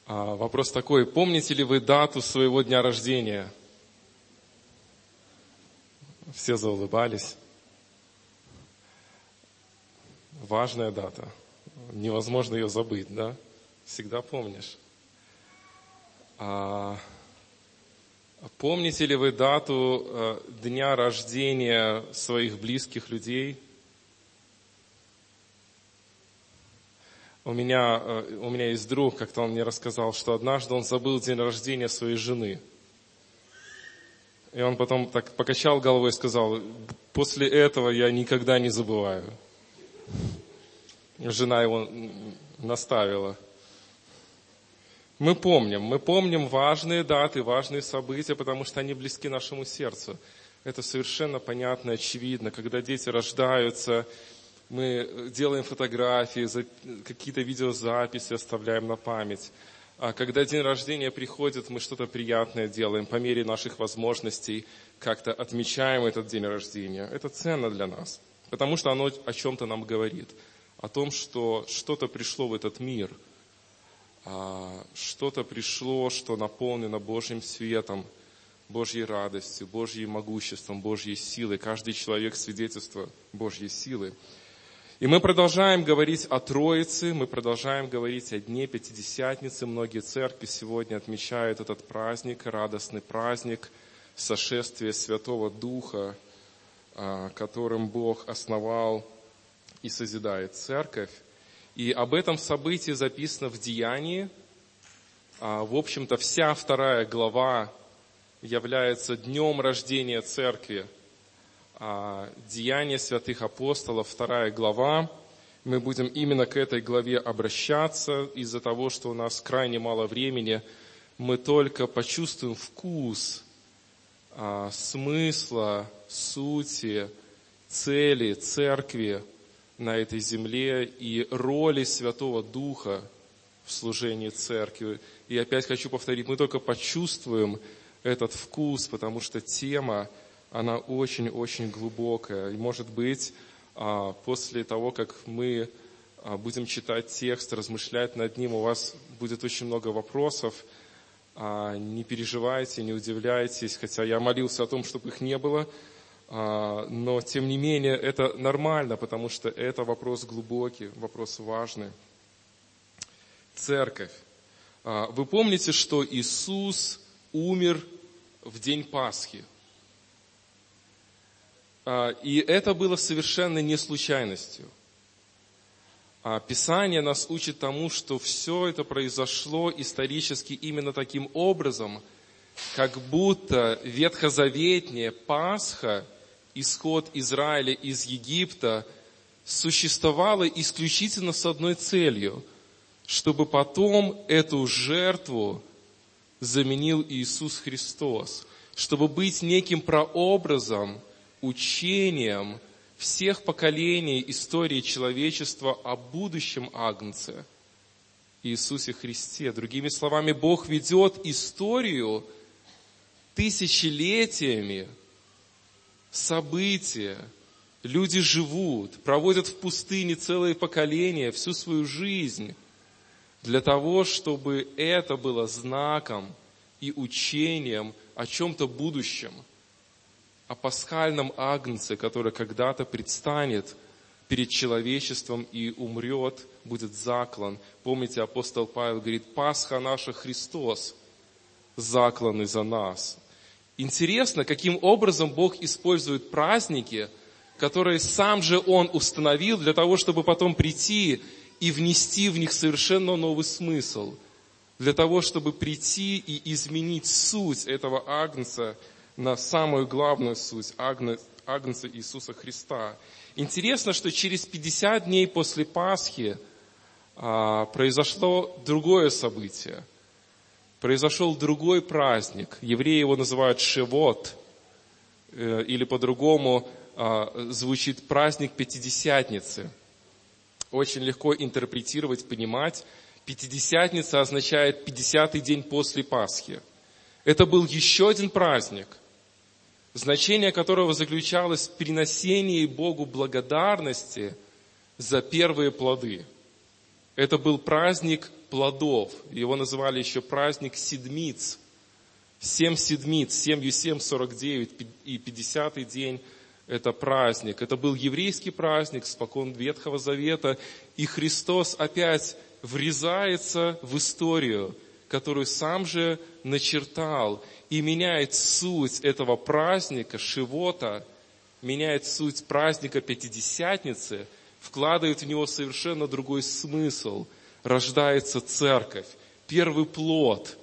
Вопрос такой: помните ли вы дату своего дня рождения? Все заулыбались. Важная дата. Невозможно ее забыть, да? Всегда помнишь. Помните ли вы дату дня рождения своих близких людей? У меня есть друг, как-то он мне рассказал, что однажды он забыл день рождения своей жены. И он потом так покачал головой и сказал: после этого я никогда не забываю. Жена его наставила. Мы помним важные даты, важные события, потому что они близки нашему сердцу. Это совершенно понятно, очевидно. Когда дети рождаются, мы делаем фотографии, какие-то видеозаписи оставляем на память. А когда день рождения приходит, мы что-то приятное делаем, по мере наших возможностей как-то отмечаем этот день рождения. Это ценно для нас, потому что оно о чем-то нам говорит. О том, что что-то пришло в этот мир, что-то пришло, что наполнено Божьим светом, Божьей радостью, Божьим могуществом, Божьей силой. Каждый человек свидетельство Божьей силы. И мы продолжаем говорить о Троице, мы продолжаем говорить о Дне Пятидесятницы. Многие церкви сегодня отмечают этот праздник, радостный праздник сошествия Святого Духа, которым Бог основал и созидает церковь. И об этом событии записано в Деянии. В общем-то, вся 2 глава является днем рождения церкви. Деяния святых апостолов, 2 глава. Мы будем именно к этой главе обращаться. Из-за того, что у нас крайне мало времени, мы только почувствуем вкус смысла, сути, цели церкви на этой земле и роли Святого Духа в служении церкви. И опять хочу повторить, мы только почувствуем этот вкус, потому что тема, она очень-очень глубокая. И, может быть, после того, как мы будем читать текст, размышлять над ним, у вас будет очень много вопросов. Не переживайте, не удивляйтесь, хотя я молился о том, чтобы их не было. Но, тем не менее, это нормально, потому что это вопрос глубокий, вопрос важный. Церковь. Вы помните, что Иисус умер в день Пасхи? И это было совершенно не случайностью. Писание нас учит тому, что все это произошло исторически именно таким образом, как будто ветхозаветняя Пасха, исход Израиля из Египта, существовала исключительно с одной целью, чтобы потом эту жертву заменил Иисус Христос, чтобы быть неким прообразом, учением всех поколений истории человечества о будущем Агнце Иисусе Христе. Другими словами, Бог ведет историю тысячелетиями, события. Люди живут, проводят в пустыне целые поколения, всю свою жизнь, для того, чтобы это было знаком и учением о чем-то будущем, о пасхальном агнце, который когда-то предстанет перед человечеством и умрет, будет заклан. Помните, апостол Павел говорит: Пасха наша Христос, закланный за нас. Интересно, каким образом Бог использует праздники, которые сам же Он установил для того, чтобы потом прийти и внести в них совершенно новый смысл, для того, чтобы прийти и изменить суть этого агнца на самую главную суть агнца Иисуса Христа. Интересно, что через 50 дней после Пасхи произошло другое событие. Произошел другой праздник. Евреи его называют Шевот, или по-другому звучит праздник Пятидесятницы. Очень легко интерпретировать, понимать. Пятидесятница означает 50-й день после Пасхи. Это был еще один праздник, значение которого заключалось в приносении Богу благодарности за первые плоды. Это был праздник плодов. Его называли еще праздник седмиц. 7 седмиц, 7 7, 49 и 50-й день – это праздник. Это был еврейский праздник спокон Ветхого Завета. И Христос опять врезается в историю, которую сам же начертал, и меняет суть этого праздника, Шивота, меняет суть праздника Пятидесятницы, вкладывает в него совершенно другой смысл. Рождается церковь, первый плод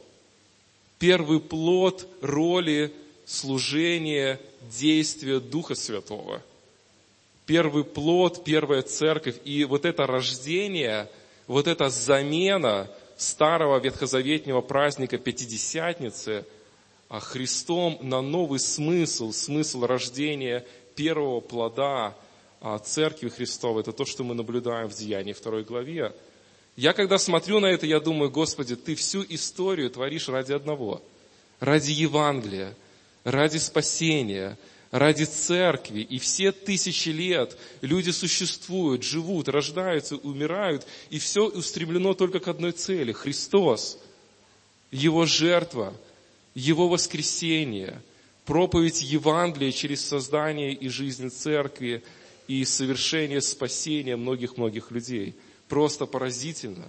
роли служения, действия Духа Святого. Первый плод, первая церковь. И вот это рождение, вот эта замена старого ветхозаветнего праздника Пятидесятницы Христом на новый смысл рождения первого плода Церкви Христовой. Это то, что мы наблюдаем в Деянии 2 главе. Я когда смотрю на это, я думаю: Господи, Ты всю историю творишь ради одного. Ради Евангелия, ради спасения, ради церкви. И все тысячи лет люди существуют, живут, рождаются, умирают. И все устремлено только к одной цели – Христос. Его жертва, Его воскресение, проповедь Евангелия через создание и жизнь церкви и совершение спасения многих-многих людей. Просто поразительно.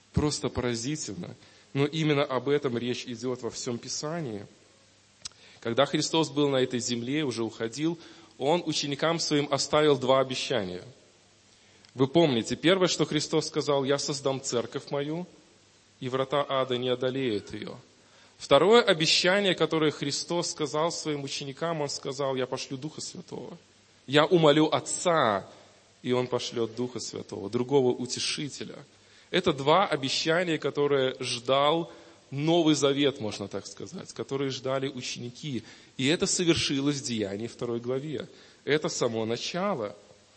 Но именно об этом речь идет во всем Писании. Когда Христос был на этой земле, уже уходил, Он ученикам Своим оставил 2 обещания. Вы помните, первое, что Христос сказал: «Я создам церковь мою, и врата ада не одолеют ее». Второе обещание, которое Христос сказал Своим ученикам, Он сказал: «Я пошлю Духа Святого. Я умолю Отца, и Он пошлет Духа Святого, другого утешителя». Это 2 обещания, которые ждал Новый Завет, можно так сказать, которые ждали ученики. И это совершилось в Деянии 2 главе. Это само начало.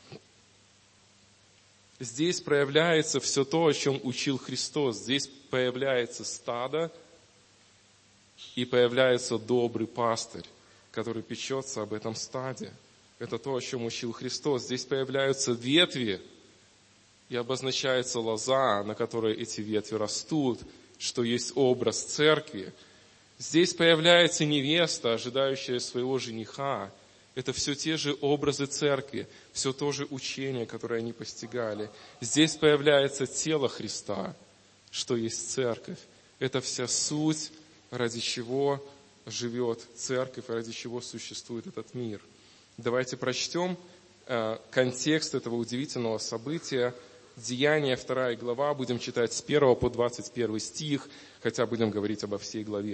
Здесь проявляется все то, о чем учил Христос. Здесь появляется стадо, и появляется добрый пастырь, который печется об этом стаде. Это то, о чем учил Христос. Здесь появляются ветви, и обозначается лоза, на которой эти ветви растут, что есть образ церкви. Здесь появляется невеста, ожидающая своего жениха. Это все те же образы церкви, все то же учение, которое они постигали. Здесь появляется тело Христа, что есть церковь. Это вся суть, ради чего живет церковь, ради чего существует этот мир. Давайте прочтем контекст этого удивительного события. Деяния 2 глава, будем читать с 1 по 21 стих, хотя будем говорить обо всей главе.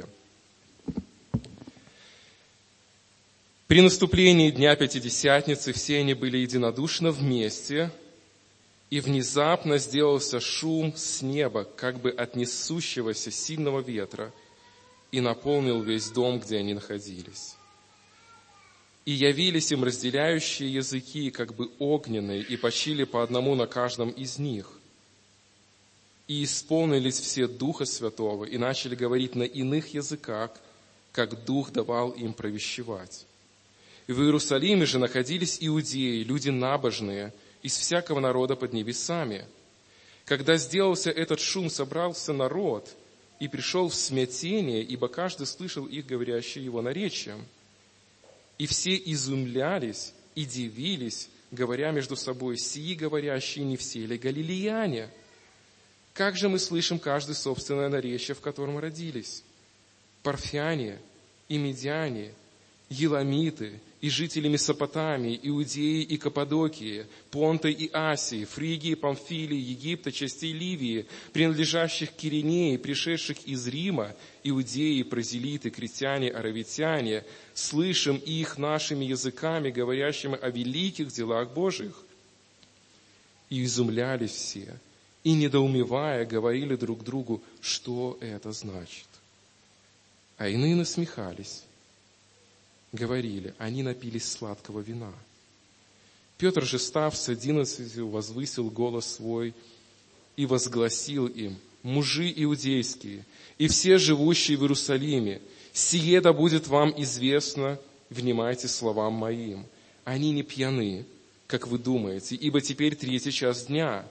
При наступлении Дня Пятидесятницы все они были единодушно вместе, и внезапно сделался шум с неба, как бы от несущегося сильного ветра, и наполнил весь дом, где они находились. И явились им разделяющие языки, как бы огненные, и почили по одному на каждом из них. И исполнились все Духа Святого, и начали говорить на иных языках, как Дух давал им провещевать. И в Иерусалиме же находились иудеи, люди набожные, из всякого народа под небесами. Когда сделался этот шум, собрался народ, и пришел в смятение, ибо каждый слышал их, говорящие его наречием. И все изумлялись и дивились, говоря между собой: «Сии говорящие не все ли галилеяне? Как же мы слышим каждый собственное наречие, в котором родились? Парфяне и медяне, еламиты и жители Месопотамии, Иудеи и Каппадокии, Понта и Асии, Фригии, Памфилии, Египта, частей Ливии, принадлежащих Киринеи, пришедших из Рима, иудеи, прозелиты, критяне, аравитяне, слышим их нашими языками, говорящими о великих делах Божьих». И изумлялись все, и, недоумевая, говорили друг другу, что это значит. А иные насмехались, говорили: они напились сладкого вина. Петр же, став с 11, возвысил голос свой и возгласил им: мужи иудейские и все живущие в Иерусалиме, сие да будет вам известно, внимайте словам моим. Они не пьяны, как вы думаете, ибо теперь 3 час дня.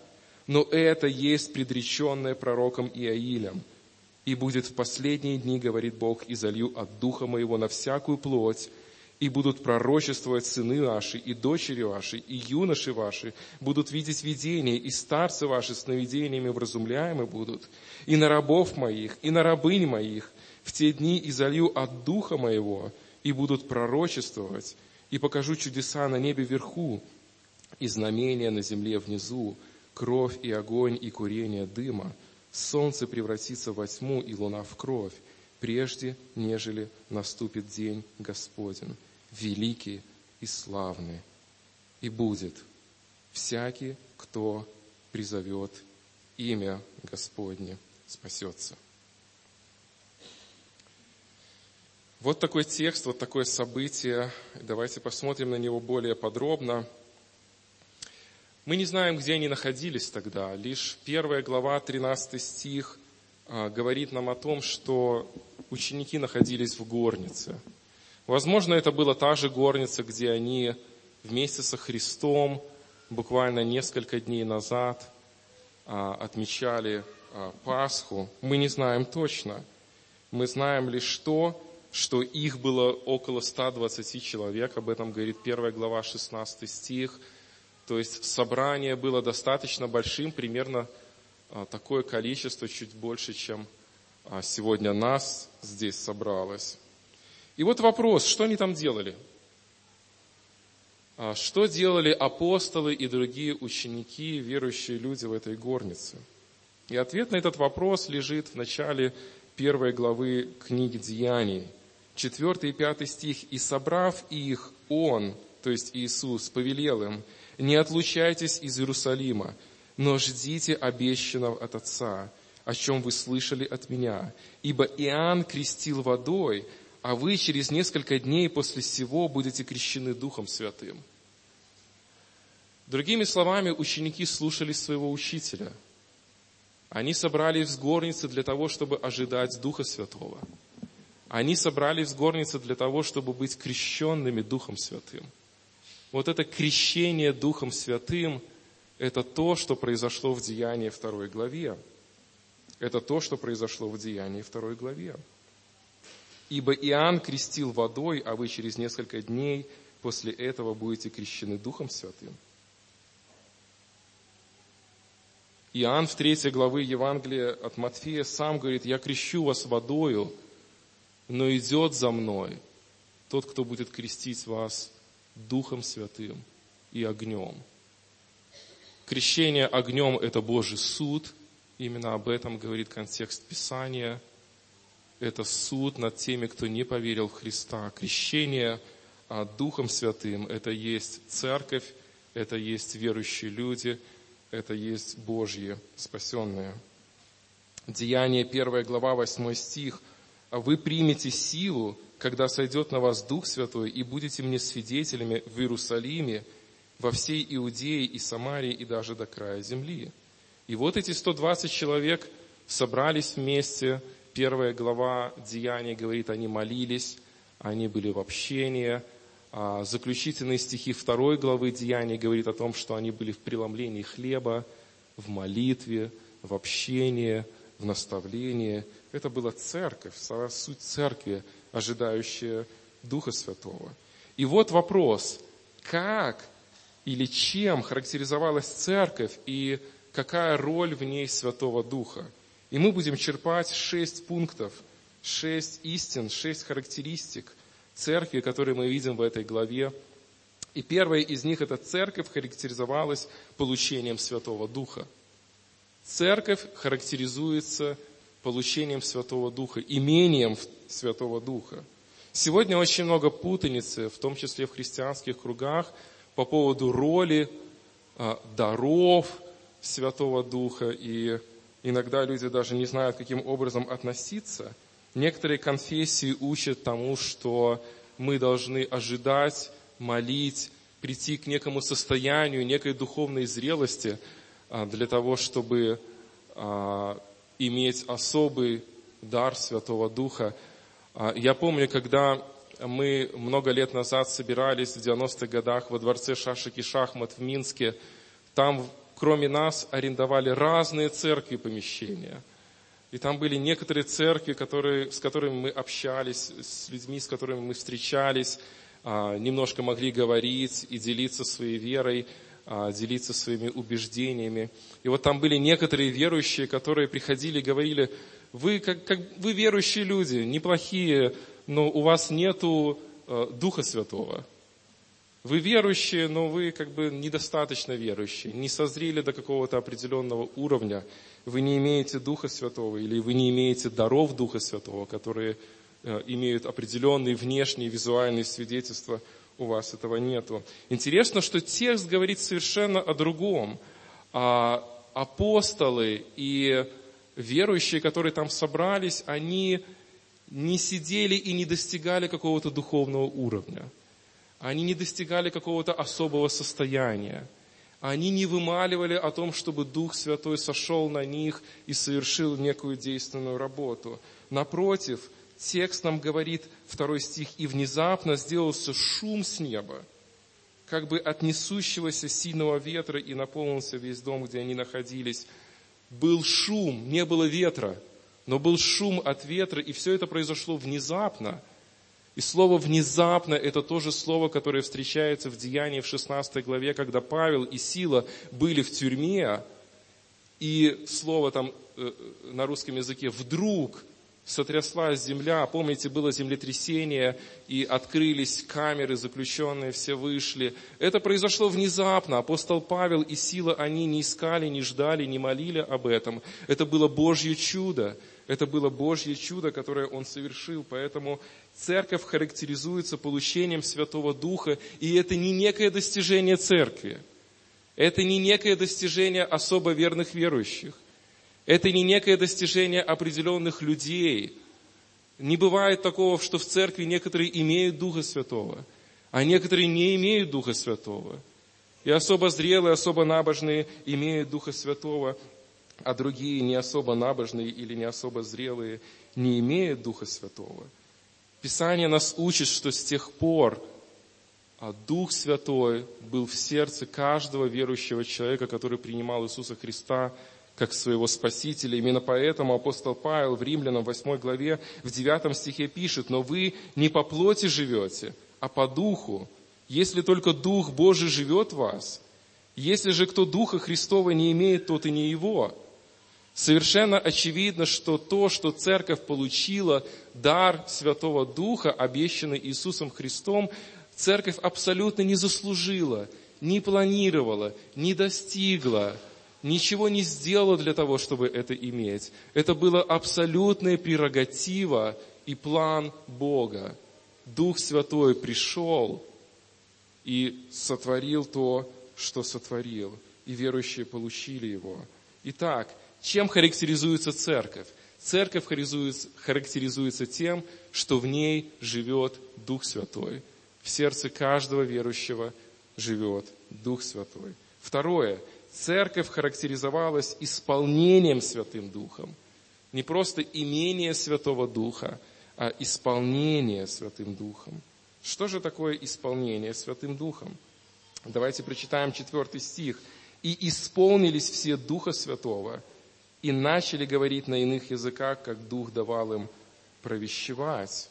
Но это есть предреченное пророком Иаилем. И будет в последние дни, говорит Бог, и залью от Духа Моего на всякую плоть, и будут пророчествовать сыны ваши, и дочери ваши, и юноши ваши, будут видеть видения, и старцы ваши сновидениями вразумляемы будут, и на рабов моих, и на рабынь моих в те дни и залью от Духа Моего, и будут пророчествовать, и покажу чудеса на небе вверху, и знамения на земле внизу, кровь и огонь и курение дыма. Солнце превратится во тьму и луна в кровь, прежде, нежели наступит день Господень, великий и славный. И будет всякий, кто призовет имя Господне, спасется. Вот такой текст, вот такое событие. Давайте посмотрим на него более подробно. Мы не знаем, где они находились тогда. Лишь 1 глава, 13 стих говорит нам о том, что ученики находились в горнице. Возможно, это была та же горница, где они вместе со Христом буквально несколько дней назад отмечали Пасху. Мы не знаем точно. Мы знаем лишь то, что их было около 120 человек. Об этом говорит 1 глава, 16 стих. То есть собрание было достаточно большим, примерно такое количество, чуть больше, чем сегодня нас здесь собралось. И вот вопрос, что они там делали? Что делали апостолы и другие ученики, верующие люди в этой горнице? И ответ на этот вопрос лежит в начале 1 главы книги Деяний, 4 и 5 стих. «И собрав их, Он, то есть Иисус, повелел им: не отлучайтесь из Иерусалима, но ждите обещанного от Отца, о чем вы слышали от меня. Ибо Иоанн крестил водой, а вы через несколько дней после сего будете крещены Духом Святым». Другими словами, ученики слушали своего учителя. Они собрались в горнице для того, чтобы ожидать Духа Святого. Они собрались в горнице для того, чтобы быть крещенными Духом Святым. Вот это крещение Духом Святым – это то, что произошло в Деянии 2 главе. Это то, что произошло в Деянии 2 главе. «Ибо Иоанн крестил водой, а вы через несколько дней после этого будете крещены Духом Святым». Иоанн в 3 главе Евангелия от Матфея сам говорит: «Я крещу вас водою, но идет за мной тот, кто будет крестить вас Духом Святым и огнем». Крещение огнем – это Божий суд. Именно об этом говорит контекст Писания. Это суд над теми, кто не поверил в Христа. Крещение Духом Святым – это есть церковь, это есть верующие люди, это есть Божьи спасенные. Деяние 1 глава 8 стих. «А вы примете силу, когда сойдет на вас Дух Святой, и будете мне свидетелями в Иерусалиме, во всей Иудее и Самарии, и даже до края земли». И вот эти 120 человек собрались вместе. 1 глава Деяний говорит, они молились, они были в общении. Заключительные стихи 2 главы Деяний говорит о том, что они были в преломлении хлеба, в молитве, в общении, в наставлении. Это была церковь, сама суть церкви, ожидающая Духа Святого. И вот вопрос, как или чем характеризовалась церковь и какая роль в ней Святого Духа? И мы будем черпать 6 пунктов, 6 истин, 6 характеристик церкви, которые мы видим в этой главе. И первая из них – это церковь характеризовалась получением Святого Духа. Церковь характеризуется получением Святого Духа, имением Святого Духа. Сегодня очень много путаницы, в том числе в христианских кругах, по поводу роли даров Святого Духа. И иногда люди даже не знают, каким образом относиться. Некоторые конфессии учат тому, что мы должны ожидать, молить, прийти к некому состоянию, некой духовной зрелости для того, чтобы иметь особый дар Святого Духа. Я помню, когда мы много лет назад собирались в 90-х годах во дворце шашек и шахмат в Минске, там кроме нас, арендовали разные церкви помещения. И там были некоторые церкви, с которыми мы общались, с людьми, с которыми мы встречались, немножко могли говорить и делиться своей верой, делиться своими убеждениями. И вот там были некоторые верующие, которые приходили и говорили: вы верующие люди, неплохие, но у вас нету Духа Святого. Вы верующие, но вы недостаточно верующие, не созрели до какого-то определенного уровня. Вы не имеете Духа Святого или вы не имеете даров Духа Святого, которые имеют определенные внешние визуальные свидетельства. У вас этого нету. Интересно, что текст говорит совершенно о другом. Апостолы и верующие, которые там собрались, они не сидели и не достигали какого-то духовного уровня. Они не достигали какого-то особого состояния. Они не вымаливали о том, чтобы Дух Святой сошел на них и совершил некую действенную работу. Напротив, текст нам говорит, 2 стих: «И внезапно сделался шум с неба, как бы от несущегося сильного ветра, и наполнился весь дом, где они находились». Был шум, не было ветра, но был шум от ветра, и все это произошло внезапно. И слово «внезапно» — это то же слово, которое встречается в Деянии в 16 главе, когда Павел и Сила были в тюрьме, и слово там на русском языке «вдруг» сотряслась земля. Помните, было землетрясение, и открылись камеры, заключенные все вышли. Это произошло внезапно. Апостол Павел и Сила, они не искали, не ждали, не молили об этом. Это было Божье чудо. Это было Божье чудо, которое Он совершил. Поэтому церковь характеризуется получением Святого Духа, и это не некое достижение церкви. Это не некое достижение особо верных верующих. Это не некое достижение определенных людей. Не бывает такого, что в церкви некоторые имеют Духа Святого, а некоторые не имеют Духа Святого. И особо зрелые, особо набожные имеют Духа Святого, а другие не особо набожные или не особо зрелые не имеют Духа Святого. Писание нас учит, что с тех пор Дух Святой был в сердце каждого верующего человека, который принимал Иисуса Христа как своего Спасителя. Именно поэтому апостол Павел в Римлянам 8 главе в 9 стихе пишет: «Но вы не по плоти живете, а по Духу, если только Дух Божий живет в вас. Если же кто Духа Христова не имеет, тот и не его». Совершенно очевидно, что то, что церковь получила, дар Святого Духа, обещанный Иисусом Христом, церковь абсолютно не заслужила, не планировала, не достигла, ничего не сделала для того, чтобы это иметь. Это была абсолютная прерогатива и план Бога. Дух Святой пришел и сотворил то, что сотворил, и верующие получили его. Итак, чем характеризуется церковь? Церковь характеризуется тем, что в ней живет Дух Святой. В сердце каждого верующего живет Дух Святой. Второе. Церковь характеризовалась исполнением Святым Духом. Не просто имение Святого Духа, а исполнение Святым Духом. Что же такое исполнение Святым Духом? Давайте прочитаем 4 стих. «И исполнились все Духа Святого, и начали говорить на иных языках, как Дух давал им провещевать».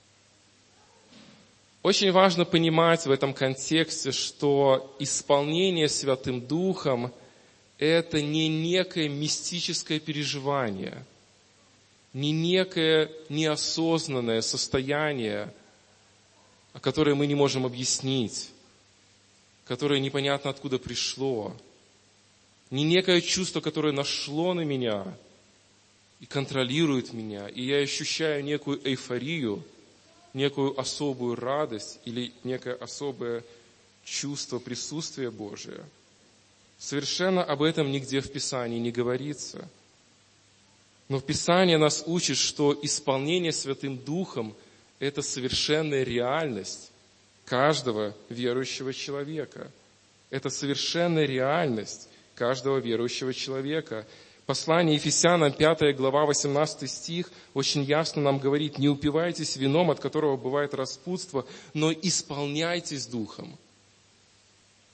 Очень важно понимать в этом контексте, что исполнение Святым Духом – это не некое мистическое переживание, не некое неосознанное состояние, которое мы не можем объяснить, которое непонятно откуда пришло, не некое чувство, которое нашло на меня и контролирует меня, и я ощущаю некую эйфорию, некую особую радость или некое особое чувство присутствия Божия. Совершенно об этом нигде в Писании не говорится. Но Писание нас учит, что исполнение Святым Духом – это совершенная реальность каждого верующего человека. Это совершенная реальность каждого верующего человека. Послание Ефесянам, 5 глава, 18 стих, очень ясно нам говорит: «Не упивайтесь вином, от которого бывает распутство, но исполняйтесь Духом».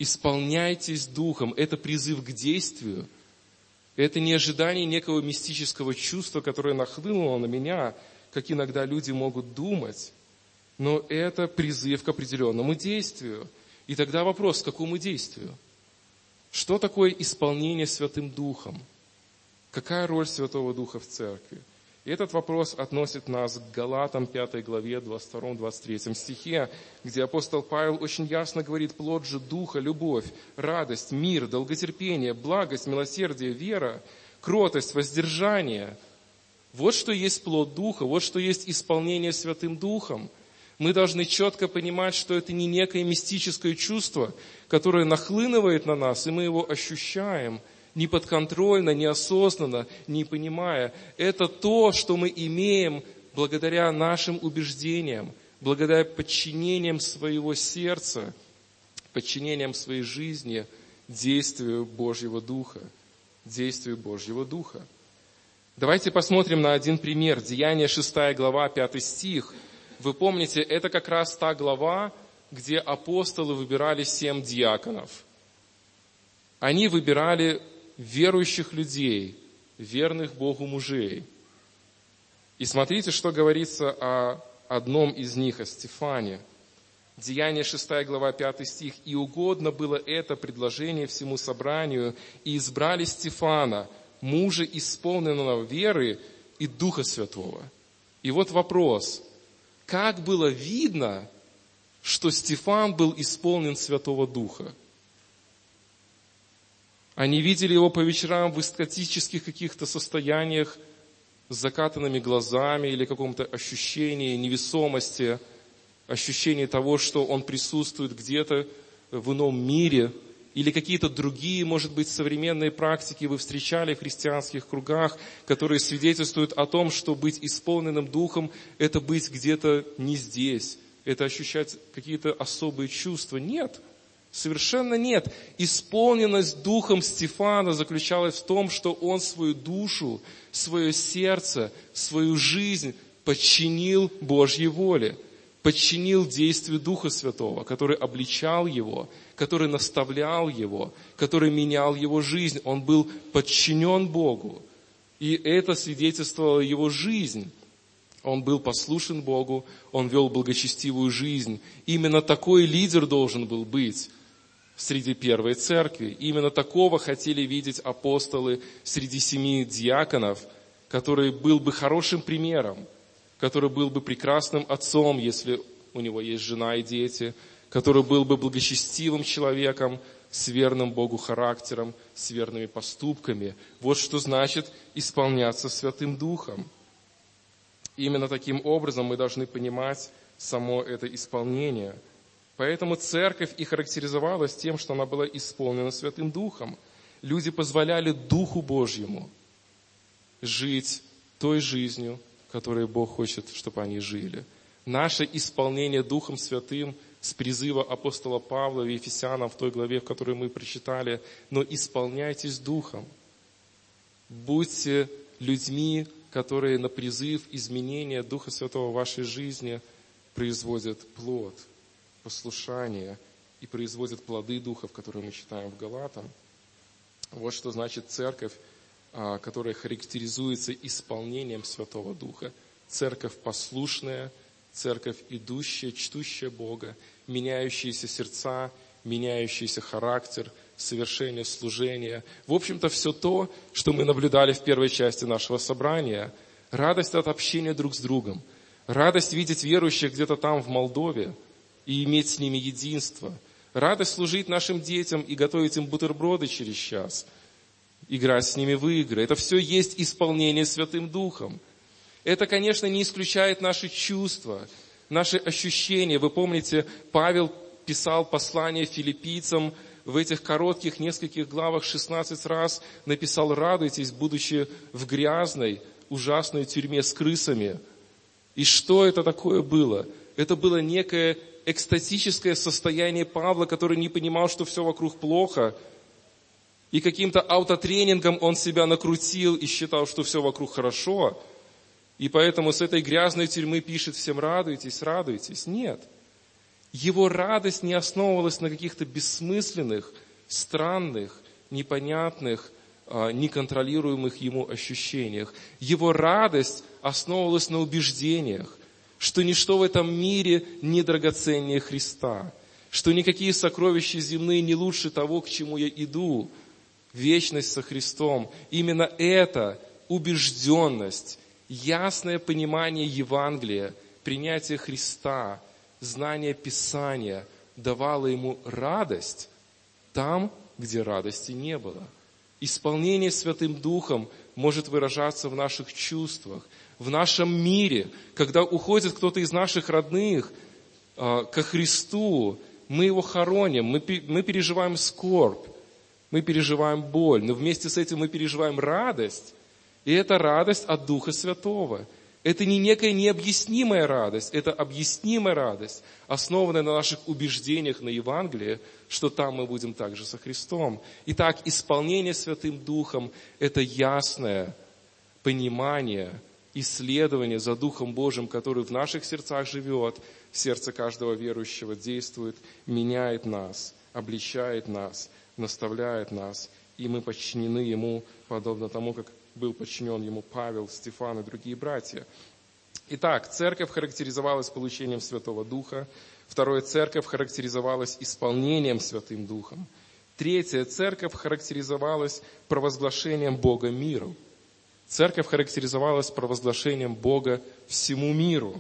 Исполняйтесь Духом. Это призыв к действию. Это не ожидание некого мистического чувства, которое нахлынуло на меня, как иногда люди могут думать. Но это призыв к определенному действию. И тогда вопрос, к какому действию? Что такое исполнение Святым Духом? Какая роль Святого Духа в церкви? И этот вопрос относит нас к Галатам 5 главе, 22-23 стихе, где апостол Павел очень ясно говорит: плод же Духа, любовь, радость, мир, долготерпение, благость, милосердие, вера, кротость, воздержание. Вот что есть плод Духа, вот что есть исполнение Святым Духом. Мы должны четко понимать, что это не некое мистическое чувство, которое нахлынывает на нас, и мы его ощущаем неподконтрольно, неосознанно, не понимая. Это то, что мы имеем благодаря нашим убеждениям, благодаря подчинением своего сердца, подчинением своей жизни действию Божьего Духа. Действию Божьего Духа. Давайте посмотрим на один пример. Деяния 6 глава, 5 стих. Вы помните, это как раз та глава, где апостолы выбирали 7 диаконов. Они выбирали верующих людей, верных Богу мужей. И смотрите, что говорится о одном из них, о Стефане. Деяния 6 глава, 5 стих. «И угодно было это предложение всему собранию, и избрали Стефана, мужа, исполненного веры и Духа Святого». И вот вопрос. Как было видно, что Стефан был исполнен Святого Духа? Они видели его по вечерам в экстатических каких-то состояниях, с закатанными глазами или каком-то ощущении невесомости, ощущении того, что он присутствует где-то в ином мире, или какие-то другие, может быть, современные практики вы встречали в христианских кругах, которые свидетельствуют о том, что быть исполненным Духом – это быть где-то не здесь, это ощущать какие-то особые чувства. Нет. Совершенно нет. Исполненность Духом Стефана заключалась в том, что он свою душу, свое сердце, свою жизнь подчинил Божьей воле, подчинил действию Духа Святого, который обличал его, который наставлял его, который менял его жизнь. Он был подчинен Богу. И это свидетельствовало его жизнь. Он был послушен Богу, он вел благочестивую жизнь. Именно такой лидер должен был быть среди первой церкви. Именно такого хотели видеть апостолы среди 7 диаконов, который был бы хорошим примером, который был бы прекрасным отцом, если у него есть жена и дети, который был бы благочестивым человеком, с верным Богу характером, с верными поступками. Вот что значит исполняться Святым Духом. Именно таким образом мы должны понимать само это исполнение. Поэтому церковь и характеризовалась тем, что она была исполнена Святым Духом. Люди позволяли Духу Божьему жить той жизнью, которой Бог хочет, чтобы они жили. Наше исполнение Духом Святым с призыва апостола Павла в Ефесянам, в той главе, в которой мы прочитали, но исполняйтесь Духом. Будьте людьми, которые на призыв изменения Духа Святого в вашей жизни производят плод, послушание и производят плоды Духа, которые мы читаем в Галатам. Вот что значит церковь, которая характеризуется исполнением Святого Духа. Церковь послушная, церковь идущая, чтущая Бога, меняющиеся сердца, меняющийся характер, совершение служения. В общем-то, все то, что мы наблюдали в первой части нашего собрания. Радость от общения друг с другом. Радость видеть верующих где-то там в Молдове и иметь с ними единство. Радость служить нашим детям и готовить им бутерброды через час. Играть с ними в игры. Это все есть исполнение Святым Духом. Это, конечно, не исключает наши чувства, наши ощущения. Вы помните, Павел писал послание филиппийцам, в этих коротких нескольких главах 16 раз написал: «Радуйтесь, будучи в грязной, ужасной тюрьме с крысами». И что это такое было? Это было некое экстатическое состояние Павла, который не понимал, что все вокруг плохо, и каким-то аутотренингом он себя накрутил и считал, что все вокруг хорошо, и поэтому с этой грязной тюрьмы пишет всем: радуйтесь, радуйтесь. Нет. Его радость не основывалась на каких-то бессмысленных, странных, непонятных, неконтролируемых ему ощущениях. Его радость основывалась на убеждениях, что ничто в этом мире не драгоценнее Христа, что никакие сокровища земные не лучше того, к чему я иду, вечность со Христом. Именно эта убежденность, ясное понимание Евангелия, принятие Христа, знание Писания давало ему радость там, где радости не было. Исполнение Святым Духом может выражаться в наших чувствах, в нашем мире. Когда уходит кто-то из наших родных ко Христу, мы его хороним, мы переживаем скорбь, мы переживаем боль, но вместе с этим мы переживаем радость, и это радость от Духа Святого. Это не некая необъяснимая радость, это объяснимая радость, основанная на наших убеждениях на Евангелии, что там мы будем также со Христом. Итак, исполнение Святым Духом – это ясное понимание, исследование за Духом Божьим, который в наших сердцах живет, в сердце каждого верующего действует, меняет нас, обличает нас, наставляет нас, и мы подчинены Ему, подобно тому, как был подчинен Ему Павел, Стефан и другие братья. Итак, церковь характеризовалась получением Святого Духа. Второе, церковь характеризовалась исполнением Святым Духом. Третье, церковь характеризовалась провозглашением Бога миру. Церковь характеризовалась провозглашением Бога всему миру.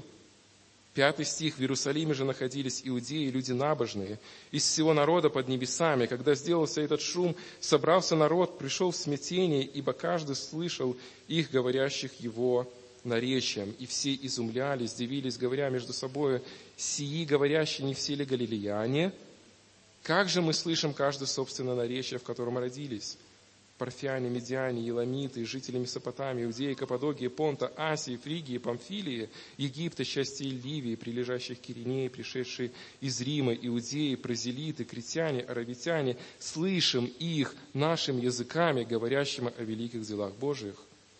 5 стих. «В Иерусалиме же находились иудеи, люди набожные, из всего народа под небесами. Когда сделался этот шум, собрался народ, пришел в смятение, ибо каждый слышал их, говорящих его наречием. И все изумлялись, дивились, говоря между собой: сии говорящие не все ли галилеяне? Как же мы слышим каждое собственное наречие, в котором родились? Парфяне, медиане, еламиты, жители Месопотамии, Иудеи, Каппадокии, Понта, Асии, Фригии, Памфилии, Египта, части Ливии, прилежащих к Киринее, пришедшие из Рима, иудеи, празелиты, критяне, аравитяне, слышим их нашими языками, говорящими о великих делах Божьих».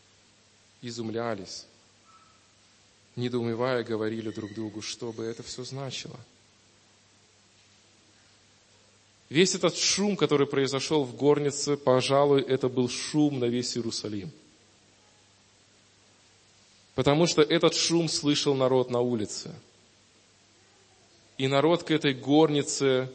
Изумлялись, недоумевая, говорили друг другу, что бы это все значило. Весь этот шум, который произошел в горнице, пожалуй, это был шум на весь Иерусалим. Потому что этот шум слышал народ на улице. И народ к этой горнице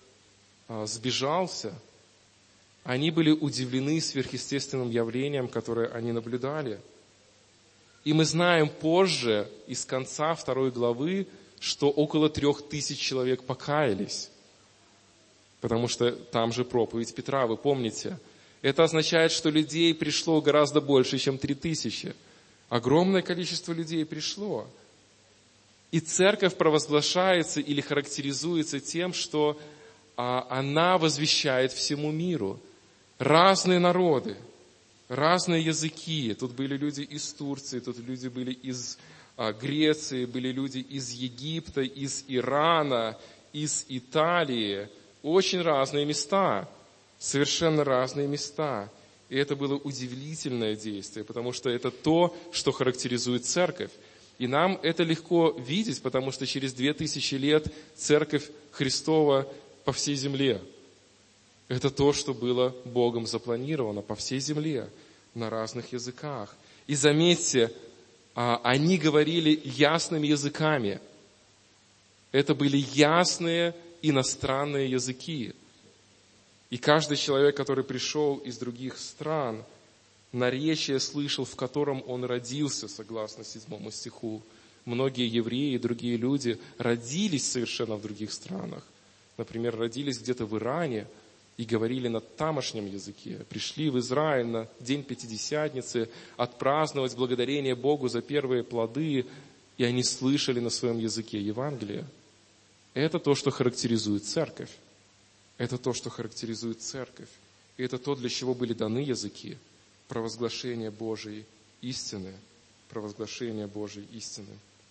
сбежался. Они были удивлены сверхъестественным явлением, которое они наблюдали. И мы знаем позже, из конца 2 главы, что около 3000 человек покаялись. Потому что там же проповедь Петра, вы помните. Это означает, что людей пришло гораздо больше, чем 3000. Огромное количество людей пришло. И церковь провозглашается или характеризуется тем, что она возвещает всему миру. Разные народы, разные языки. Тут были люди из Турции, тут люди были из Греции, были люди из Египта, из Ирана, из Италии. Очень разные места, совершенно разные места. И это было удивительное действие, потому что это то, что характеризует церковь. И нам это легко видеть, потому что через 2000 лет церковь Христова по всей земле. Это то, что было Богом запланировано по всей земле, на разных языках. И заметьте, они говорили ясными языками. Это были ясные иностранные языки. И каждый человек, который пришел из других стран, наречие слышал, в котором он родился, согласно 7 стиху. Многие евреи и другие люди родились совершенно в других странах. Например, родились где-то в Иране и говорили на тамошнем языке. Пришли в Израиль на день Пятидесятницы отпраздновать благодарение Богу за первые плоды, и они слышали на своем языке Евангелие. Это то, что характеризует церковь. Это то, что характеризует церковь. И это то, для чего были даны языки. Провозглашение Божьей истины. Провозглашение Божьей истины.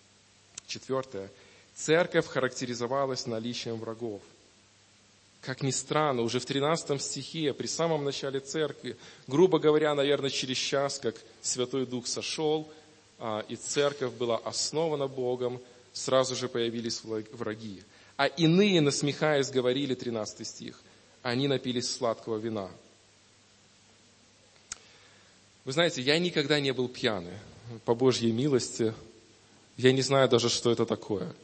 4. Церковь характеризовалась наличием врагов. Как ни странно, уже в 13 стихе, при самом начале церкви, грубо говоря, наверное, через час, как Святой Дух сошел, и церковь была основана Богом, сразу же появились враги. А иные, насмехаясь, говорили, 13 стих, они напились сладкого вина. Вы знаете, я никогда не был пьяный. По Божьей милости. Я не знаю даже, что это такое.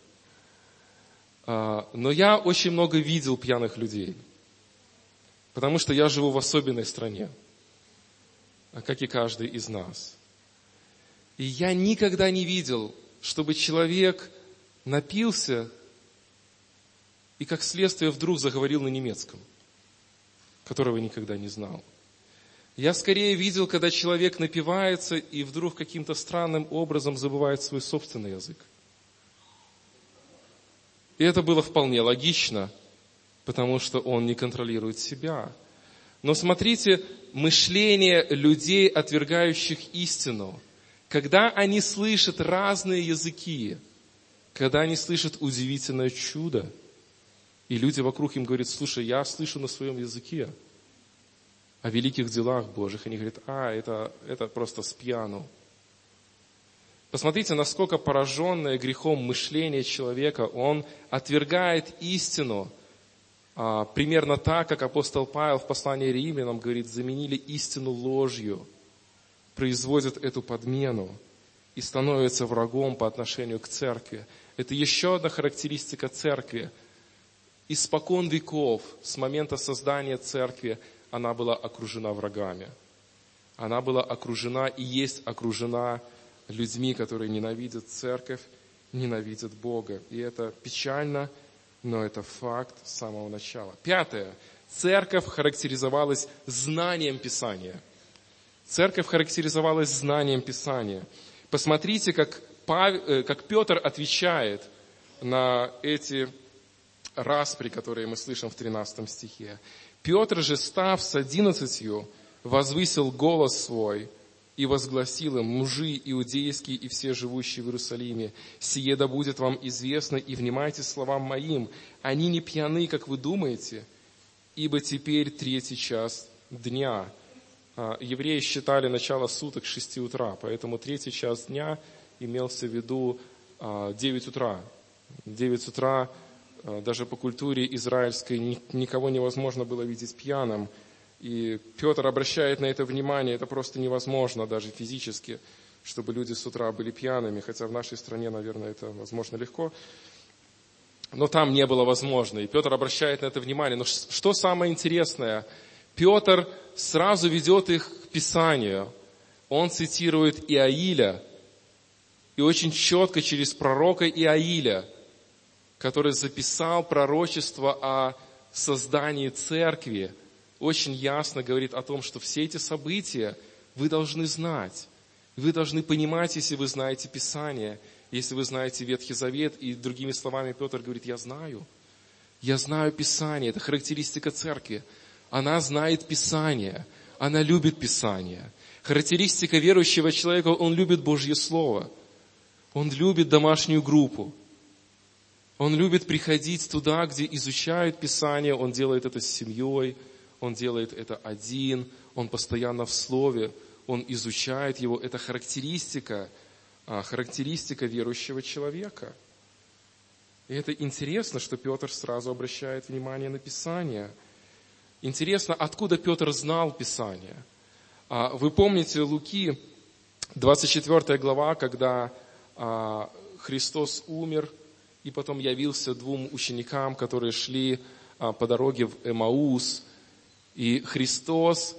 Но я очень много видел пьяных людей. Потому что я живу в особенной стране. Как и каждый из нас. И я никогда не видел, чтобы человек напился и как следствие вдруг заговорил на немецком, которого никогда не знал. Я скорее видел, когда человек напивается и вдруг каким-то странным образом забывает свой собственный язык. И это было вполне логично, потому что он не контролирует себя. Но смотрите, мышление людей, отвергающих истину, когда они слышат разные языки, когда они слышат удивительное чудо, и люди вокруг им говорят: слушай, я слышу на своем языке о великих делах Божьих. Они говорят: это просто спьяну. Посмотрите, насколько пораженное грехом мышление человека, он отвергает истину, примерно так, как апостол Павел в послании Римлянам говорит: заменили истину ложью, производят эту подмену и становятся врагом по отношению к церкви. Это еще одна характеристика церкви. Испокон веков, с момента создания церкви, она была окружена врагами. Она была окружена и есть окружена людьми, которые ненавидят церковь, ненавидят Бога. И это печально, но это факт с самого начала. 5. Церковь характеризовалась знанием Писания. Церковь характеризовалась знанием Писания. Посмотрите, как Петр отвечает на эти распри, которые мы слышим в 13 стихе. Петр же, став с 11, возвысил голос свой и возгласил им: мужи иудейские и все живущие в Иерусалиме, сие да будет вам известно, и внимайте словам моим. Они не пьяны, как вы думаете, ибо теперь 3 час дня. Евреи считали начало суток с 6 утра, поэтому 3 час дня имелся в виду 9 утра. 9 утра даже по культуре израильской никого невозможно было видеть пьяным. И Петр обращает на это внимание. Это просто невозможно даже физически, чтобы люди с утра были пьяными. Хотя в нашей стране, наверное, это возможно легко. Но там не было возможно. И Петр обращает на это внимание. Но что самое интересное? Петр сразу ведет их к Писанию. Он цитирует Иаиля. И очень четко через пророка Иаиля, который записал пророчество о создании церкви, очень ясно говорит о том, что все эти события вы должны знать. Вы должны понимать, если вы знаете Писание, если вы знаете Ветхий Завет. И другими словами Петр говорит: я знаю Писание. Это характеристика церкви. Она знает Писание, она любит Писание. Характеристика верующего человека: он любит Божье Слово. Он любит домашнюю группу. Он любит приходить туда, где изучают Писание. Он делает это с семьей, он делает это один, он постоянно в Слове, он изучает его. Это характеристика верующего человека. И это интересно, что Петр сразу обращает внимание на Писание. Интересно, откуда Петр знал Писание? Вы помните Луки, 24 глава, когда Христос умер, и потом явился 2 ученикам, которые шли по дороге в Эмаус. И Христос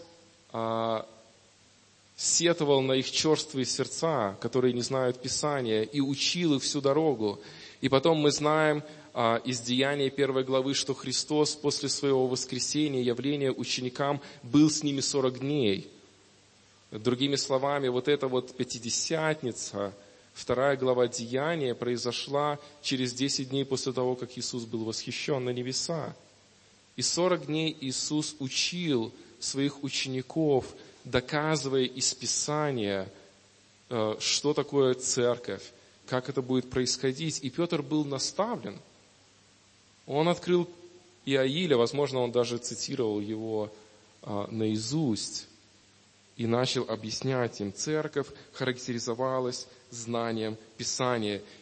сетовал на их черствые сердца, которые не знают Писания, и учил их всю дорогу. И потом мы знаем из Деяния 1 главы, что Христос после своего воскресения, явления ученикам, был с ними 40 дней. Другими словами, вот эта вот Пятидесятница, 2 глава Деяния, произошла через 10 дней после того, как Иисус был восхищен на небеса. И 40 дней Иисус учил своих учеников, доказывая из Писания, что такое церковь, как это будет происходить. И Петр был наставлен. Он открыл Иаиля, возможно, он даже цитировал его наизусть, и начал объяснять им. Церковь характеризовалась знанием Писания.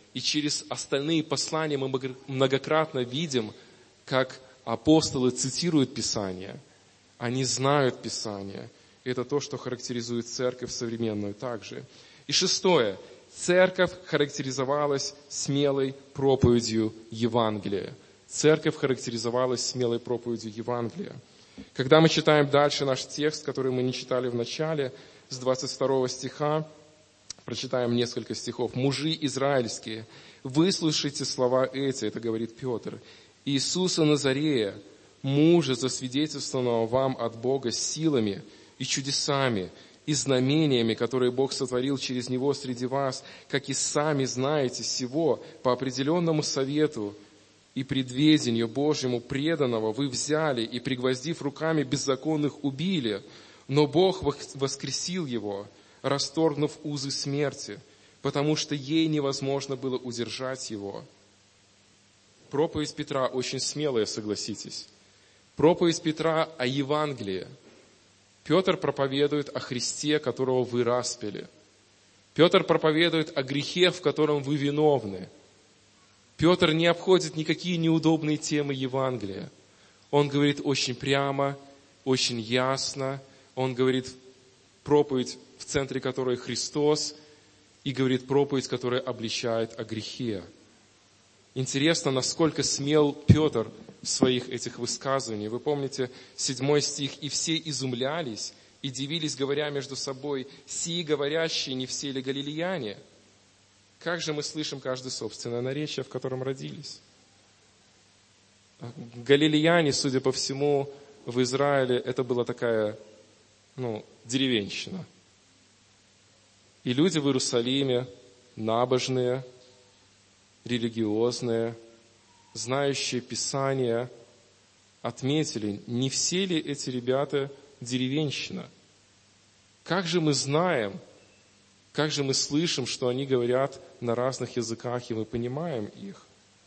И через остальные послания мы многократно видим, как апостолы цитируют Писание. Они знают Писание. Это то, что характеризует церковь современную также. И шестое. Церковь характеризовалась смелой проповедью Евангелия. Церковь характеризовалась смелой проповедью Евангелия. Когда мы читаем дальше наш текст, который мы не читали в начале, с 22 стиха, прочитаем несколько стихов. «Мужи израильские, выслушайте слова эти», это говорит Петр, «Иисуса Назарея, мужа, засвидетельствованного вам от Бога силами и чудесами, и знамениями, которые Бог сотворил через Него среди вас, как и сами знаете сего, по определенному совету и предведению Божьему преданного вы взяли и, пригвоздив руками беззаконных, убили, но Бог воскресил Его, расторгнув узы смерти, потому что ей невозможно было удержать Его». Проповедь Петра очень смелая, согласитесь. Проповедь Петра о Евангелии. Петр проповедует о Христе, которого вы распяли. Петр проповедует о грехе, в котором вы виновны. Петр не обходит никакие неудобные темы Евангелия. Он говорит очень прямо, очень ясно. Он говорит проповедь, в центре которой Христос, и говорит проповедь, которая обличает о грехе. Интересно, насколько смел Петр в своих этих высказываниях. Вы помните 7 стих. «И все изумлялись и дивились, говоря между собой, сии говорящие, не все ли галилеяне? Как же мы слышим каждое собственное наречие, в котором родились?» Галилеяне, судя по всему, в Израиле это была такая, деревенщина. И люди в Иерусалиме набожные, религиозные, знающие Писание, отметили, не все ли эти ребята деревенщина. Как же мы знаем, как же мы слышим, что они говорят на разных языках, и мы понимаем их.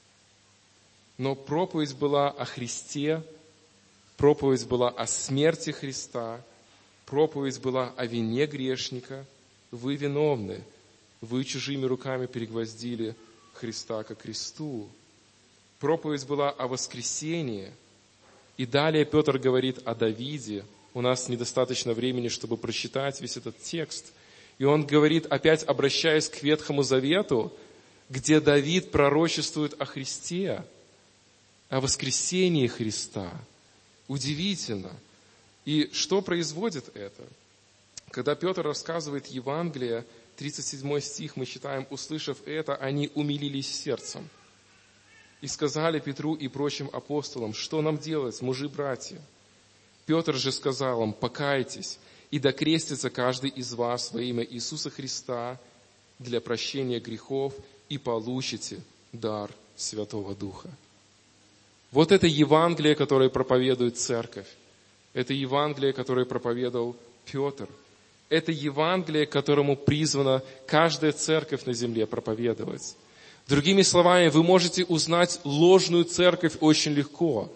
Но проповедь была о Христе, проповедь была о смерти Христа, проповедь была о вине грешника. Вы виновны, вы чужими руками перегвоздили Христа ко кресту. Проповедь была о воскресении. И далее Петр говорит о Давиде. У нас недостаточно времени, чтобы прочитать весь этот текст. И он говорит, опять обращаясь к Ветхому Завету, где Давид пророчествует о Христе, о воскресении Христа. Удивительно. И что производит это? Когда Петр рассказывает Евангелие, 37 стих мы читаем, «Услышав это, они умилились сердцем и сказали Петру и прочим апостолам, что нам делать, мужи-братья? Петр же сказал им, покайтесь, и докрестится каждый из вас во имя Иисуса Христа для прощения грехов, и получите дар Святого Духа». Вот это Евангелие, которое проповедует церковь. Это Евангелие, которое проповедовал Петр. Это Евангелие, которому призвана каждая церковь на земле проповедовать. Другими словами, вы можете узнать ложную церковь очень легко.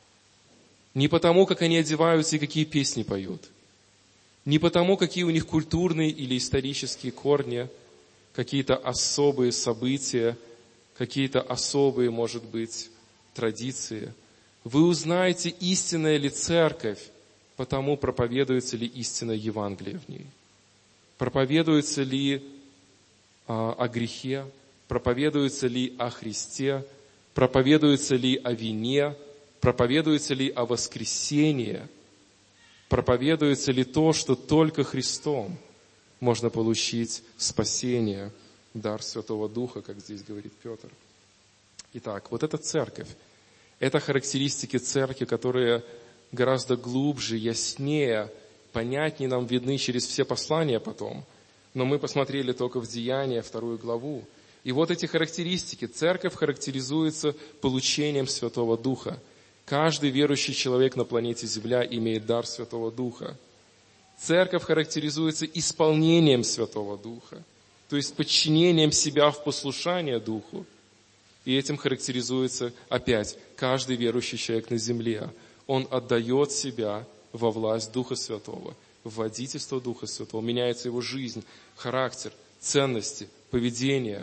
Не потому, как они одеваются и какие песни поют. Не потому, какие у них культурные или исторические корни, какие-то особые события, какие-то особые, может быть, традиции. Вы узнаете, истинная ли церковь, потому проповедуется ли истинное Евангелие в ней. Проповедуется ли о грехе, проповедуется ли о Христе, проповедуется ли о вине, проповедуется ли о воскресении, проповедуется ли то, что только Христом можно получить спасение, дар Святого Духа, как здесь говорит Петр. Итак, вот эта церковь, это характеристики церкви, которые гораздо глубже, яснее, понятнее нам видны через все послания потом. Но мы посмотрели только в Деяния, 2 главу. И вот эти характеристики. Церковь характеризуется получением Святого Духа. Каждый верующий человек на планете Земля имеет дар Святого Духа. Церковь характеризуется исполнением Святого Духа, то есть подчинением себя в послушание Духу. И этим характеризуется опять каждый верующий человек на земле. Он отдает себя во власть Духа Святого, в водительство Духа Святого. Меняется его жизнь, характер, ценности, поведение.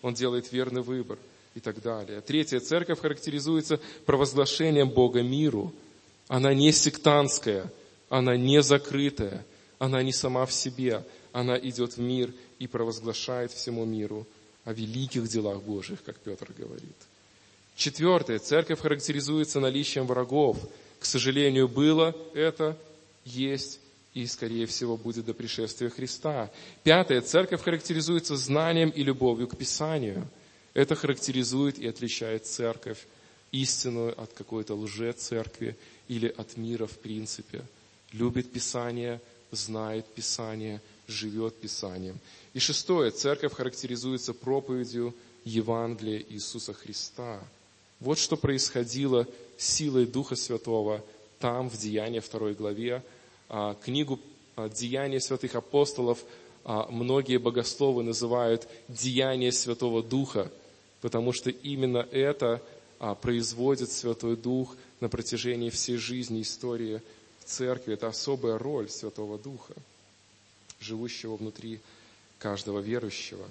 он делает верный выбор и так далее. Третье, церковь характеризуется провозглашением Бога миру. Она не сектантская, она не закрытая, она не сама в себе, она идет в мир и провозглашает всему миру о великих делах Божьих, как Петр говорит. Четвертое, церковь характеризуется наличием врагов. К сожалению, было это, есть и, скорее всего, будет до пришествия Христа. Пятое, церковь характеризуется знанием и любовью к Писанию. Это характеризует и отличает церковь истинную от какой-то лже-церкви или от мира в принципе. Любит Писание, знает Писание, живет Писанием. И шестое, церковь характеризуется проповедью Евангелия Иисуса Христа. Вот что происходило силой Духа Святого там, в Деянии 2 главе. Книгу «Деяния святых апостолов» многие богословы называют «Деяние Святого Духа», потому что именно это производит Святой Дух на протяжении всей жизни, истории церкви. Это особая роль Святого Духа, живущего внутри каждого верующего.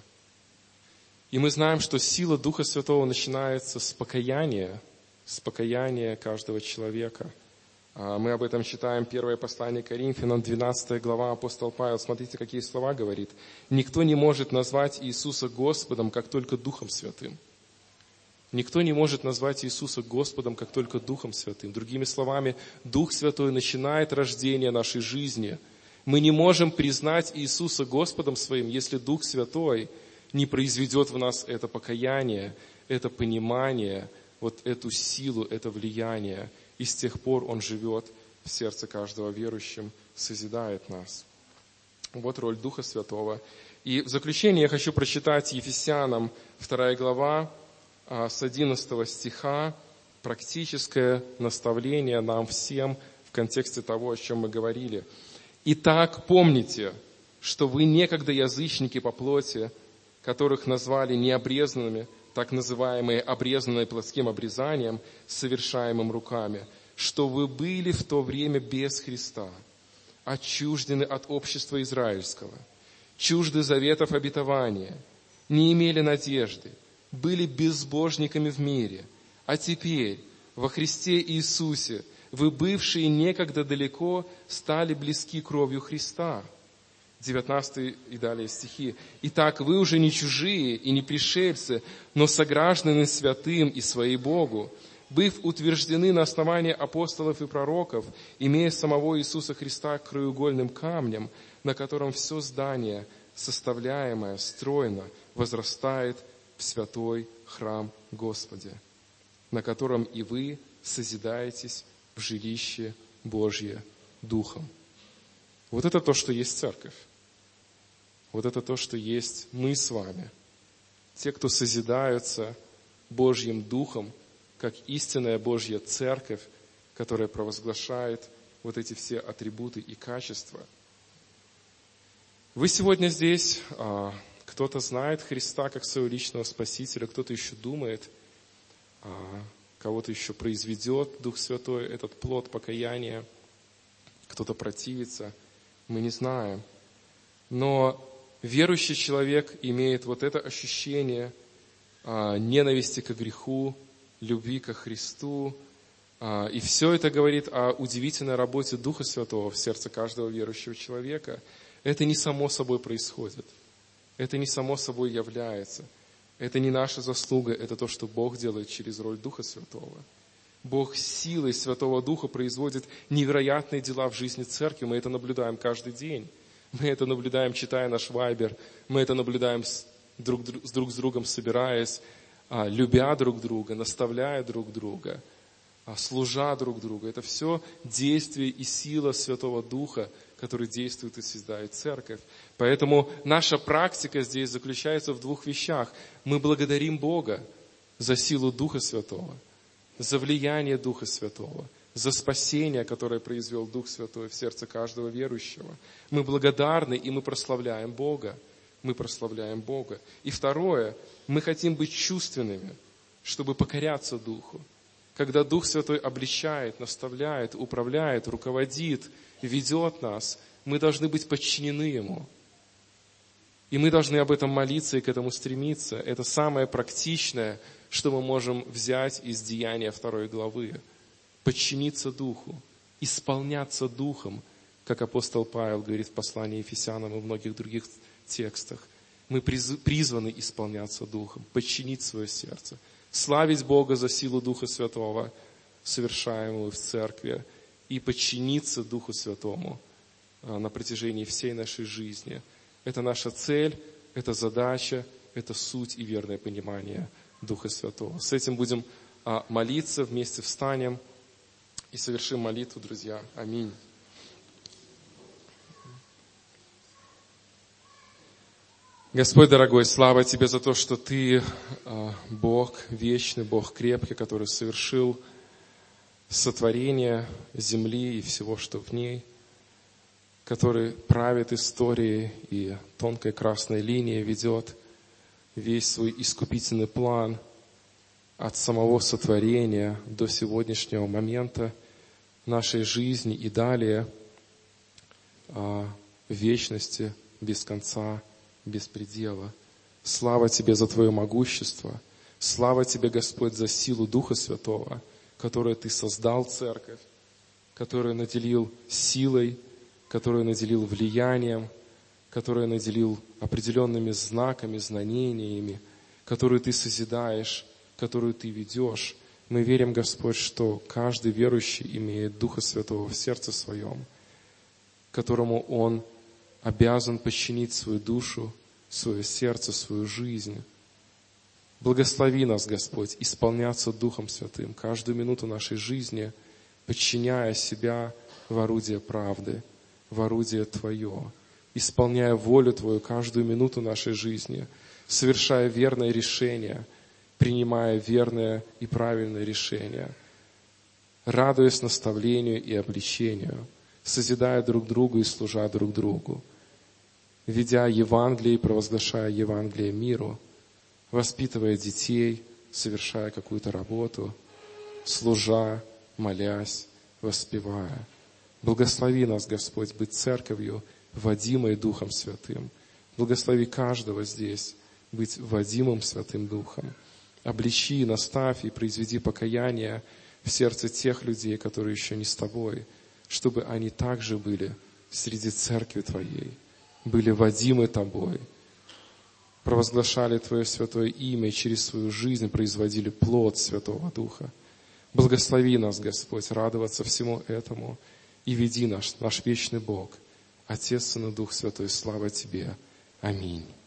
И мы знаем, что сила Духа Святого начинается с покаяния каждого человека. Мы об этом читаем первое послание Коринфянам, 12 глава, апостол Павел. Смотрите, какие слова говорит. «Никто не может назвать Иисуса Господом, как только Духом Святым». Никто не может назвать Иисуса Господом, как только Духом Святым. Другими словами, Дух Святой начинает рождение нашей жизни. Мы не можем признать Иисуса Господом своим, если Дух Святой не произведет в нас это покаяние, это понимание, вот эту силу, это влияние. И с тех пор Он живет в сердце каждого верующего, созидает нас. Вот роль Духа Святого. И в заключение я хочу прочитать Ефесянам 2 глава, с 11 стиха, практическое наставление нам всем в контексте того, о чем мы говорили. «Итак, помните, что вы некогда язычники по плоти, которых назвали необрезанными, так называемые обрезанные плотским обрезанием, совершаемым руками, что вы были в то время без Христа, отчуждены от общества израильского, чужды заветов обетования, не имели надежды, были безбожниками в мире, а теперь во Христе Иисусе вы, бывшие некогда далеко, стали близки кровью Христа». 19 и далее стихи. «Итак, вы уже не чужие и не пришельцы, но согражданы святым и своей Богу, быв утверждены на основании апостолов и пророков, имея самого Иисуса Христа краеугольным камнем, на котором все здание, составляемое стройно, возрастает в святой храм Господи, на котором и вы созидаетесь в жилище Божье Духом». Вот это то, что есть церковь. Вот это то, что есть мы с вами. Те, кто созидаются Божьим Духом, как истинная Божья церковь, которая провозглашает вот эти все атрибуты и качества. Вы сегодня здесь, кто-то знает Христа как своего личного Спасителя, кто-то еще думает, кого-то еще произведет Дух Святой, этот плод покаяния, кто-то противится, мы не знаем. Но верующий человек имеет вот это ощущение ненависти к греху, любви ко Христу. И все это говорит о удивительной работе Духа Святого в сердце каждого верующего человека. Это не само собой происходит. Это не само собой является. Это не наша заслуга, это то, что Бог делает через роль Духа Святого. Бог силой Святого Духа производит невероятные дела в жизни церкви. Мы это наблюдаем каждый день. Мы это наблюдаем, читая наш Вайбер. Мы это наблюдаем друг с другом собираясь, любя друг друга, наставляя друг друга, служа друг другу. Это все действие и сила Святого Духа, который действует и созидает церковь. Поэтому наша практика здесь заключается в двух вещах. Мы благодарим Бога за силу Духа Святого, за влияние Духа Святого, за спасение, которое произвел Дух Святой в сердце каждого верующего. Мы благодарны и мы прославляем Бога. Мы прославляем Бога. И второе, мы хотим быть чувственными, чтобы покоряться Духу. Когда Дух Святой обличает, наставляет, управляет, руководит, ведет нас, мы должны быть подчинены Ему. И мы должны об этом молиться и к этому стремиться. Это самое практичное, что мы можем взять из Деяния 2 главы. Подчиниться Духу, исполняться Духом, как апостол Павел говорит в послании Ефесянам и в многих других текстах. Мы призваны исполняться Духом, подчинить свое сердце, славить Бога за силу Духа Святого, совершаемую в церкви, и подчиниться Духу Святому на протяжении всей нашей жизни. Это наша цель, это задача, это суть и верное понимание Духа Святого. С этим будем молиться, вместе встанем и совершим молитву, друзья. Аминь. Господь дорогой, слава Тебе за то, что Ты Бог вечный, Бог крепкий, который совершил сотворение земли и всего, что в ней, который правит историей и тонкой красной линией ведет весь свой искупительный план от самого сотворения до сегодняшнего момента нашей жизни и далее в вечности без конца, без предела. Слава Тебе за Твое могущество. Слава Тебе, Господь, за силу Духа Святого, которую Ты создал церковь, которую наделил силой, который наделил влиянием, который наделил определенными знаками, знамениями, которую Ты созидаешь, которую Ты ведешь. Мы верим, Господь, что каждый верующий имеет Духа Святого в сердце своем, которому он обязан подчинить свою душу, свое сердце, свою жизнь. Благослови нас, Господь, исполняться Духом Святым каждую минуту нашей жизни, подчиняя себя в орудие правды, в орудие Твое, исполняя волю Твою каждую минуту нашей жизни, совершая верное решение, принимая верное и правильное решение, радуясь наставлению и обличению, созидая друг другу и служа друг другу, ведя Евангелие и провозглашая Евангелие миру, воспитывая детей, совершая какую-то работу, служа, молясь, воспевая. Благослови нас, Господь, быть церковью, водимой Духом Святым. Благослови каждого здесь быть водимым Святым Духом. Обличи, наставь и произведи покаяние в сердце тех людей, которые еще не с Тобой, чтобы они также были среди церкви Твоей, были водимы Тобой, провозглашали Твое святое имя и через свою жизнь производили плод Святого Духа. Благослови нас, Господь, радоваться всему этому и веди наш вечный Бог, Отец, Сын и Дух Святой. Слава Тебе. Аминь.